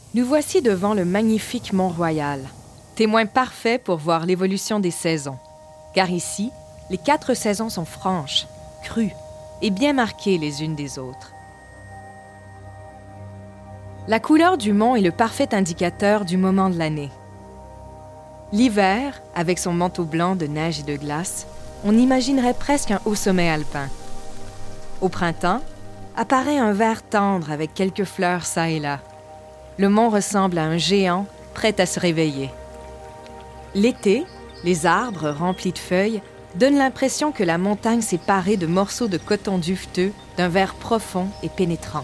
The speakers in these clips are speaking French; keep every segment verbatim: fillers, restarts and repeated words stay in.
Nous voici devant le magnifique Mont-Royal, témoin parfait pour voir l'évolution des saisons. Car ici, les quatre saisons sont franches, crues et bien marquées les unes des autres. La couleur du mont est le parfait indicateur du moment de l'année. L'hiver, avec son manteau blanc de neige et de glace, on imaginerait presque un haut sommet alpin. Au printemps, apparaît un vert tendre avec quelques fleurs çà et là. Le mont ressemble à un géant prêt à se réveiller. L'été, les arbres remplis de feuilles donnent l'impression que la montagne s'est parée de morceaux de coton duveteux d'un vert profond et pénétrant.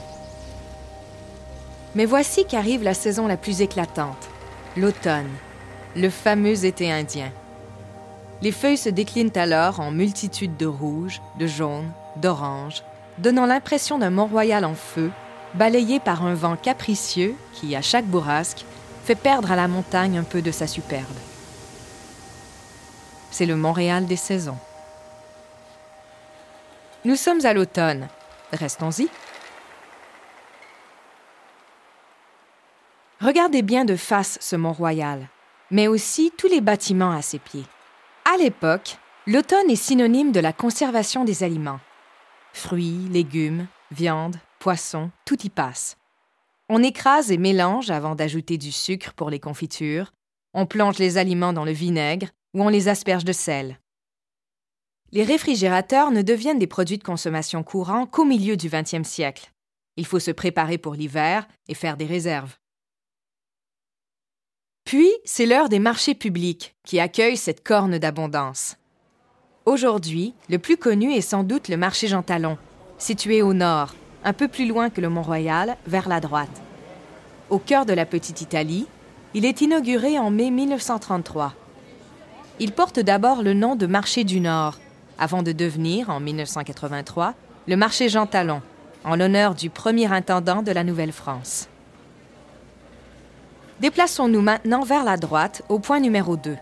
Mais voici qu'arrive la saison la plus éclatante, l'automne, le fameux été indien. Les feuilles se déclinent alors en multitudes de rouges, de jaunes, d'oranges, donnant l'impression d'un Mont-Royal en feu, balayé par un vent capricieux qui, à chaque bourrasque, fait perdre à la montagne un peu de sa superbe. C'est le Montréal des saisons. Nous sommes à l'automne. Restons-y. Regardez bien de face ce Mont-Royal, mais aussi tous les bâtiments à ses pieds. À l'époque, l'automne est synonyme de la conservation des aliments. Fruits, légumes, viande, poissons, tout y passe. On écrase et mélange avant d'ajouter du sucre pour les confitures. On plonge les aliments dans le vinaigre ou on les asperge de sel. Les réfrigérateurs ne deviennent des produits de consommation courants qu'au milieu du vingtième siècle. Il faut se préparer pour l'hiver et faire des réserves. Puis, c'est l'heure des marchés publics qui accueillent cette corne d'abondance. Aujourd'hui, le plus connu est sans doute le marché Jean Talon, situé au nord, un peu plus loin que le Mont-Royal, vers la droite. Au cœur de la petite Italie, il est inauguré en mai mille neuf cent trente-trois. Il porte d'abord le nom de marché du Nord, avant de devenir, en mille neuf cent quatre-vingt-trois, le marché Jean Talon, en l'honneur du premier intendant de la Nouvelle-France. Déplaçons-nous maintenant vers la droite, au point numéro deux.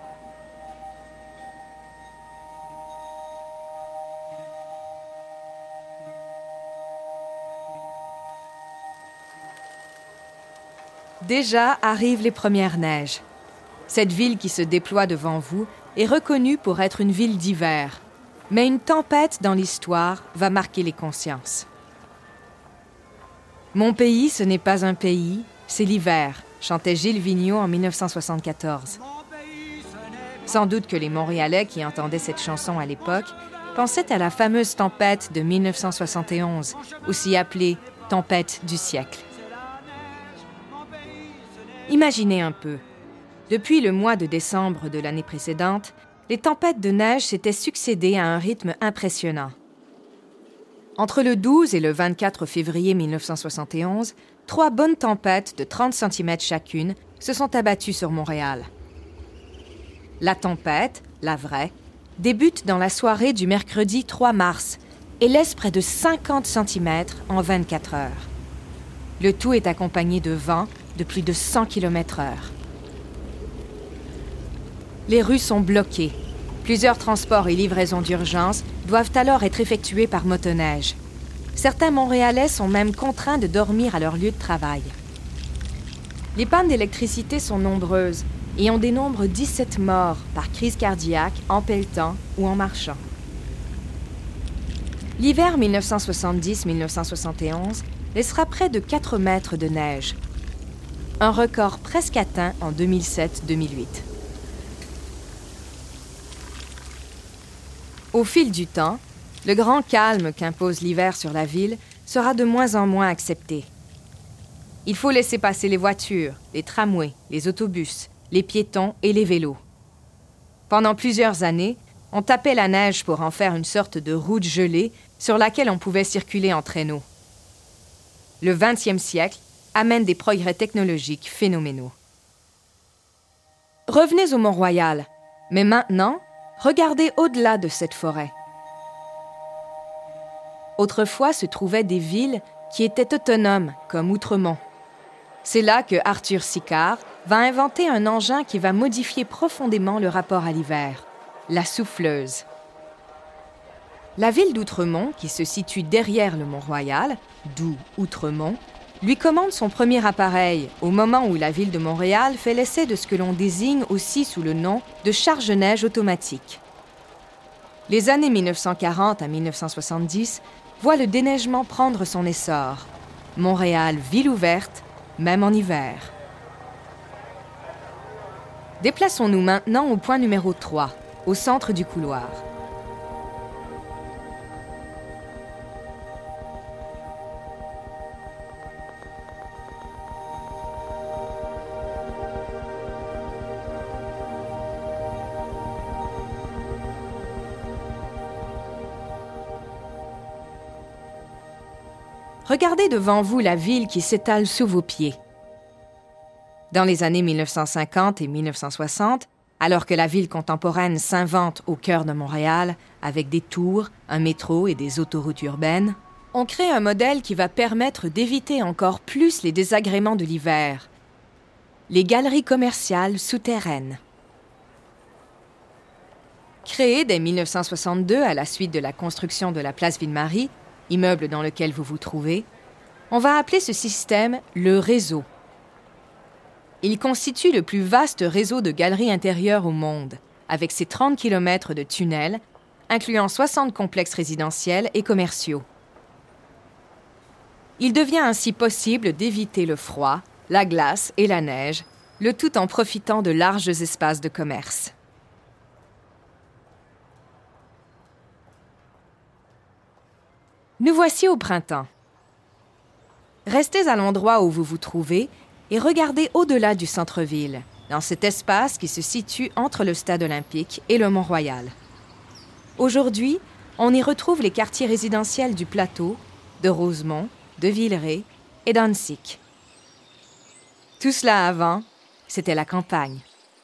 Déjà arrivent les premières neiges. Cette ville qui se déploie devant vous est reconnue pour être une ville d'hiver. Mais une tempête dans l'histoire va marquer les consciences. « Mon pays, ce n'est pas un pays, c'est l'hiver », chantait Gilles Vigneault en mille neuf cent soixante-quatorze. Sans doute que les Montréalais qui entendaient cette chanson à l'époque pensaient à la fameuse tempête de mille neuf cent soixante et onze, aussi appelée « tempête du siècle ». Imaginez un peu. Depuis le mois de décembre de l'année précédente, les tempêtes de neige s'étaient succédé à un rythme impressionnant. Entre le douze et le vingt-quatre février mille neuf cent soixante et onze, trois bonnes tempêtes de trente centimètres chacune se sont abattues sur Montréal. La tempête, la vraie, débute dans la soirée du mercredi trois mars et laisse près de cinquante centimètres en vingt-quatre heures. Le tout est accompagné de vent de plus de cent kilomètres heure. Les rues sont bloquées. Plusieurs transports et livraisons d'urgence doivent alors être effectués par motoneige. Certains Montréalais sont même contraints de dormir à leur lieu de travail. Les pannes d'électricité sont nombreuses et on dénombre dix-sept morts par crise cardiaque en pelletant ou en marchant. L'hiver mille neuf cent soixante-dix mille neuf cent soixante et onze laissera près de quatre mètres de neige. Un record presque atteint en deux mille sept deux mille huit. Au fil du temps, le grand calme qu'impose l'hiver sur la ville sera de moins en moins accepté. Il faut laisser passer les voitures, les tramways, les autobus, les piétons et les vélos. Pendant plusieurs années, on tapait la neige pour en faire une sorte de route gelée sur laquelle on pouvait circuler en traîneau. Le vingtième siècle amène des progrès technologiques phénoménaux. Revenez au Mont-Royal, mais maintenant, regardez au-delà de cette forêt. Autrefois se trouvaient des villes qui étaient autonomes, comme Outremont. C'est là que Arthur Sicard va inventer un engin qui va modifier profondément le rapport à l'hiver, la souffleuse. La ville d'Outremont, qui se situe derrière le Mont-Royal, d'où Outremont, lui commande son premier appareil au moment où la ville de Montréal fait l'essai de ce que l'on désigne aussi sous le nom de charge-neige automatique. Les années mille neuf cent quarante à mille neuf cent soixante-dix voient le déneigement prendre son essor. Montréal, ville ouverte, même en hiver. Déplaçons-nous maintenant au point numéro trois, au centre du couloir. Regardez devant vous la ville qui s'étale sous vos pieds. Dans les années mille neuf cent cinquante et mille neuf cent soixante, alors que la ville contemporaine s'invente au cœur de Montréal, avec des tours, un métro et des autoroutes urbaines, on crée un modèle qui va permettre d'éviter encore plus les désagréments de l'hiver. Les galeries commerciales souterraines. Créées dès mille neuf cent soixante-deux à la suite de la construction de la place Ville-Marie, immeuble dans lequel vous vous trouvez, on va appeler ce système le réseau. Il constitue le plus vaste réseau de galeries intérieures au monde, avec ses trente kilomètres de tunnels, incluant soixante complexes résidentiels et commerciaux. Il devient ainsi possible d'éviter le froid, la glace et la neige, le tout en profitant de larges espaces de commerce. Nous voici au printemps. Restez à l'endroit où vous vous trouvez et regardez au-delà du centre-ville, dans cet espace qui se situe entre le stade olympique et le Mont-Royal. Aujourd'hui, on y retrouve les quartiers résidentiels du Plateau, de Rosemont, de Villeray et d'Annecy. Tout cela avant, c'était la campagne.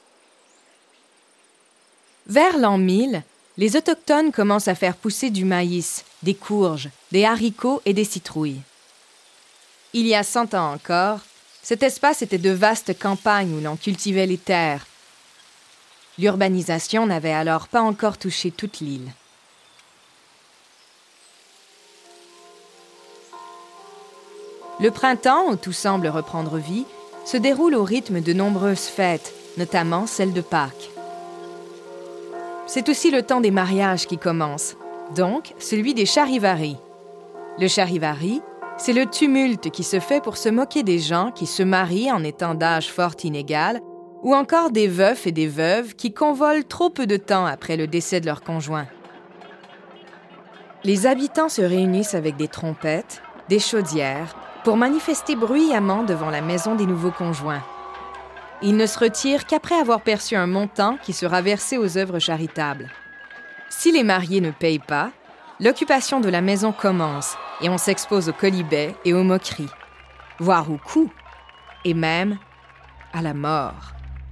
Vers l'an mille, les Autochtones commencent à faire pousser du maïs, des courges, des haricots et des citrouilles. Il y a cent ans encore, cet espace était de vastes campagnes où l'on cultivait les terres. L'urbanisation n'avait alors pas encore touché toute l'île. Le printemps, où tout semble reprendre vie, se déroule au rythme de nombreuses fêtes, notamment celle de Pâques. C'est aussi le temps des mariages qui commence, donc celui des charivaris. Le charivari, c'est le tumulte qui se fait pour se moquer des gens qui se marient en étant d'âge fort inégal, ou encore des veufs et des veuves qui convolent trop peu de temps après le décès de leur conjoint. Les habitants se réunissent avec des trompettes, des chaudières, pour manifester bruyamment devant la maison des nouveaux conjoints. Ils ne se retirent qu'après avoir perçu un montant qui sera versé aux œuvres charitables. Si les mariés ne payent pas, l'occupation de la maison commence et on s'expose aux colibets et aux moqueries, voire aux coups, et même à la mort.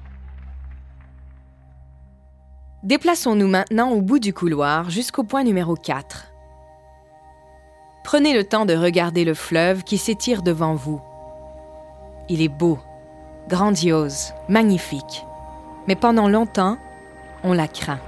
Déplaçons-nous maintenant au bout du couloir jusqu'au point numéro quatre. Prenez le temps de regarder le fleuve qui s'étire devant vous. Il est beau, grandiose, magnifique, mais pendant longtemps, on la craint.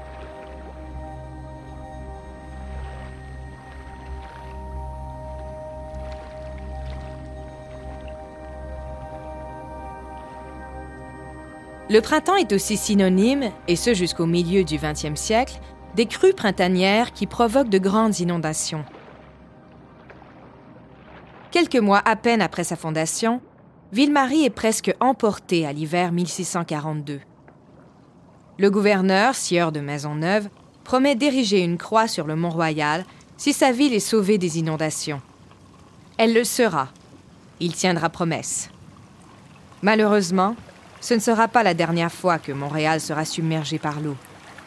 Le printemps est aussi synonyme, et ce jusqu'au milieu du vingtième siècle, des crues printanières qui provoquent de grandes inondations. Quelques mois à peine après sa fondation, Ville-Marie est presque emportée à l'hiver mille six cent quarante-deux. Le gouverneur, sieur de Maisonneuve, promet d'ériger une croix sur le Mont-Royal si sa ville est sauvée des inondations. Elle le sera. Il tiendra promesse. Malheureusement, ce ne sera pas la dernière fois que Montréal sera submergé par l'eau.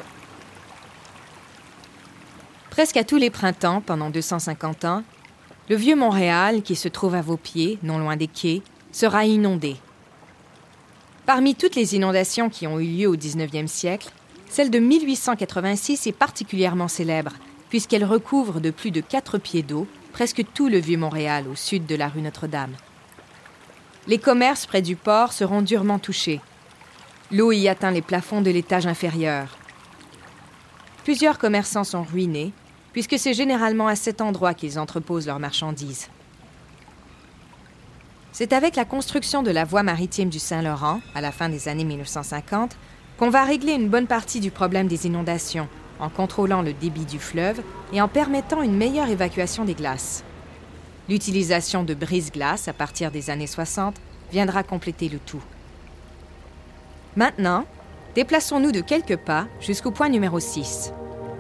Presque à tous les printemps, pendant deux cent cinquante ans, le vieux Montréal, qui se trouve à vos pieds, non loin des quais, sera inondé. Parmi toutes les inondations qui ont eu lieu au dix-neuvième siècle, celle de mille huit cent quatre-vingt-six est particulièrement célèbre, puisqu'elle recouvre de plus de quatre pieds d'eau presque tout le vieux Montréal au sud de la rue Notre-Dame. Les commerces près du port seront durement touchés. L'eau y atteint les plafonds de l'étage inférieur. Plusieurs commerçants sont ruinés, puisque c'est généralement à cet endroit qu'ils entreposent leurs marchandises. C'est avec la construction de la voie maritime du Saint-Laurent, à la fin des années mille neuf cent cinquante, qu'on va régler une bonne partie du problème des inondations, en contrôlant le débit du fleuve et en permettant une meilleure évacuation des glaces. L'utilisation de brise-glace à partir des années soixante viendra compléter le tout. Maintenant, déplaçons-nous de quelques pas jusqu'au point numéro six.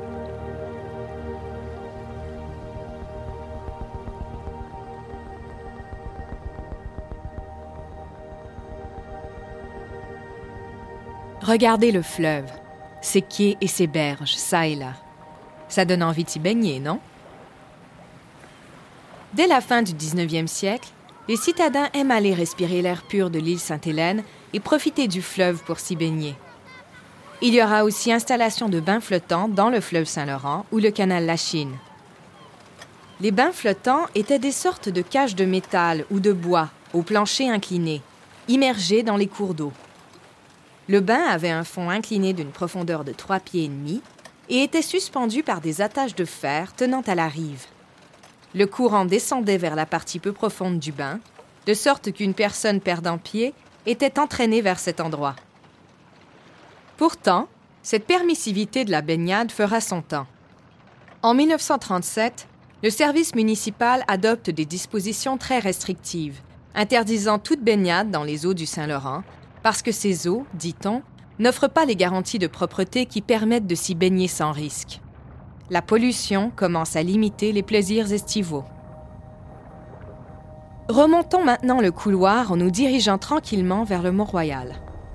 Regardez le fleuve, ses quais et ses berges, ça et là. Ça donne envie de s'y baigner, non? Dès la fin du dix-neuvième siècle, les citadins aiment aller respirer l'air pur de l'île Sainte-Hélène et profiter du fleuve pour s'y baigner. Il y aura aussi installation de bains flottants dans le fleuve Saint-Laurent ou le canal Lachine. Les bains flottants étaient des sortes de cages de métal ou de bois au plancher incliné, immergées dans les cours d'eau. Le bain avait un fond incliné d'une profondeur de trois pieds et demi et était suspendu par des attaches de fer tenant à la rive. Le courant descendait vers la partie peu profonde du bain, de sorte qu'une personne perdant pied était entraînée vers cet endroit. Pourtant, cette permissivité de la baignade fera son temps. En mille neuf cent trente-sept, le service municipal adopte des dispositions très restrictives, interdisant toute baignade dans les eaux du Saint-Laurent, parce que ces eaux, dit-on, n'offrent pas les garanties de propreté qui permettent de s'y baigner sans risque. La pollution commence à limiter les plaisirs estivaux. Remontons maintenant le couloir en nous dirigeant tranquillement vers le Mont-Royal.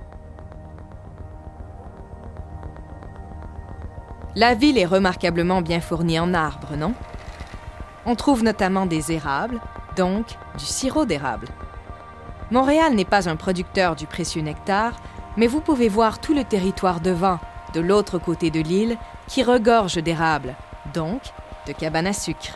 La ville est remarquablement bien fournie en arbres, non? On trouve notamment des érables, donc du sirop d'érable. Montréal n'est pas un producteur du précieux nectar, mais vous pouvez voir tout le territoire devant, de l'autre côté de l'île, qui regorge d'érables, donc de cabanes à sucre.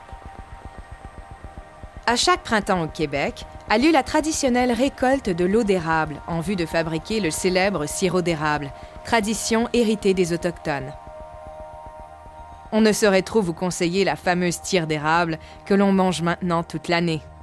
À chaque printemps au Québec a lieu la traditionnelle récolte de l'eau d'érable en vue de fabriquer le célèbre sirop d'érable, tradition héritée des Autochtones. On ne saurait trop vous conseiller la fameuse tire d'érable que l'on mange maintenant toute l'année.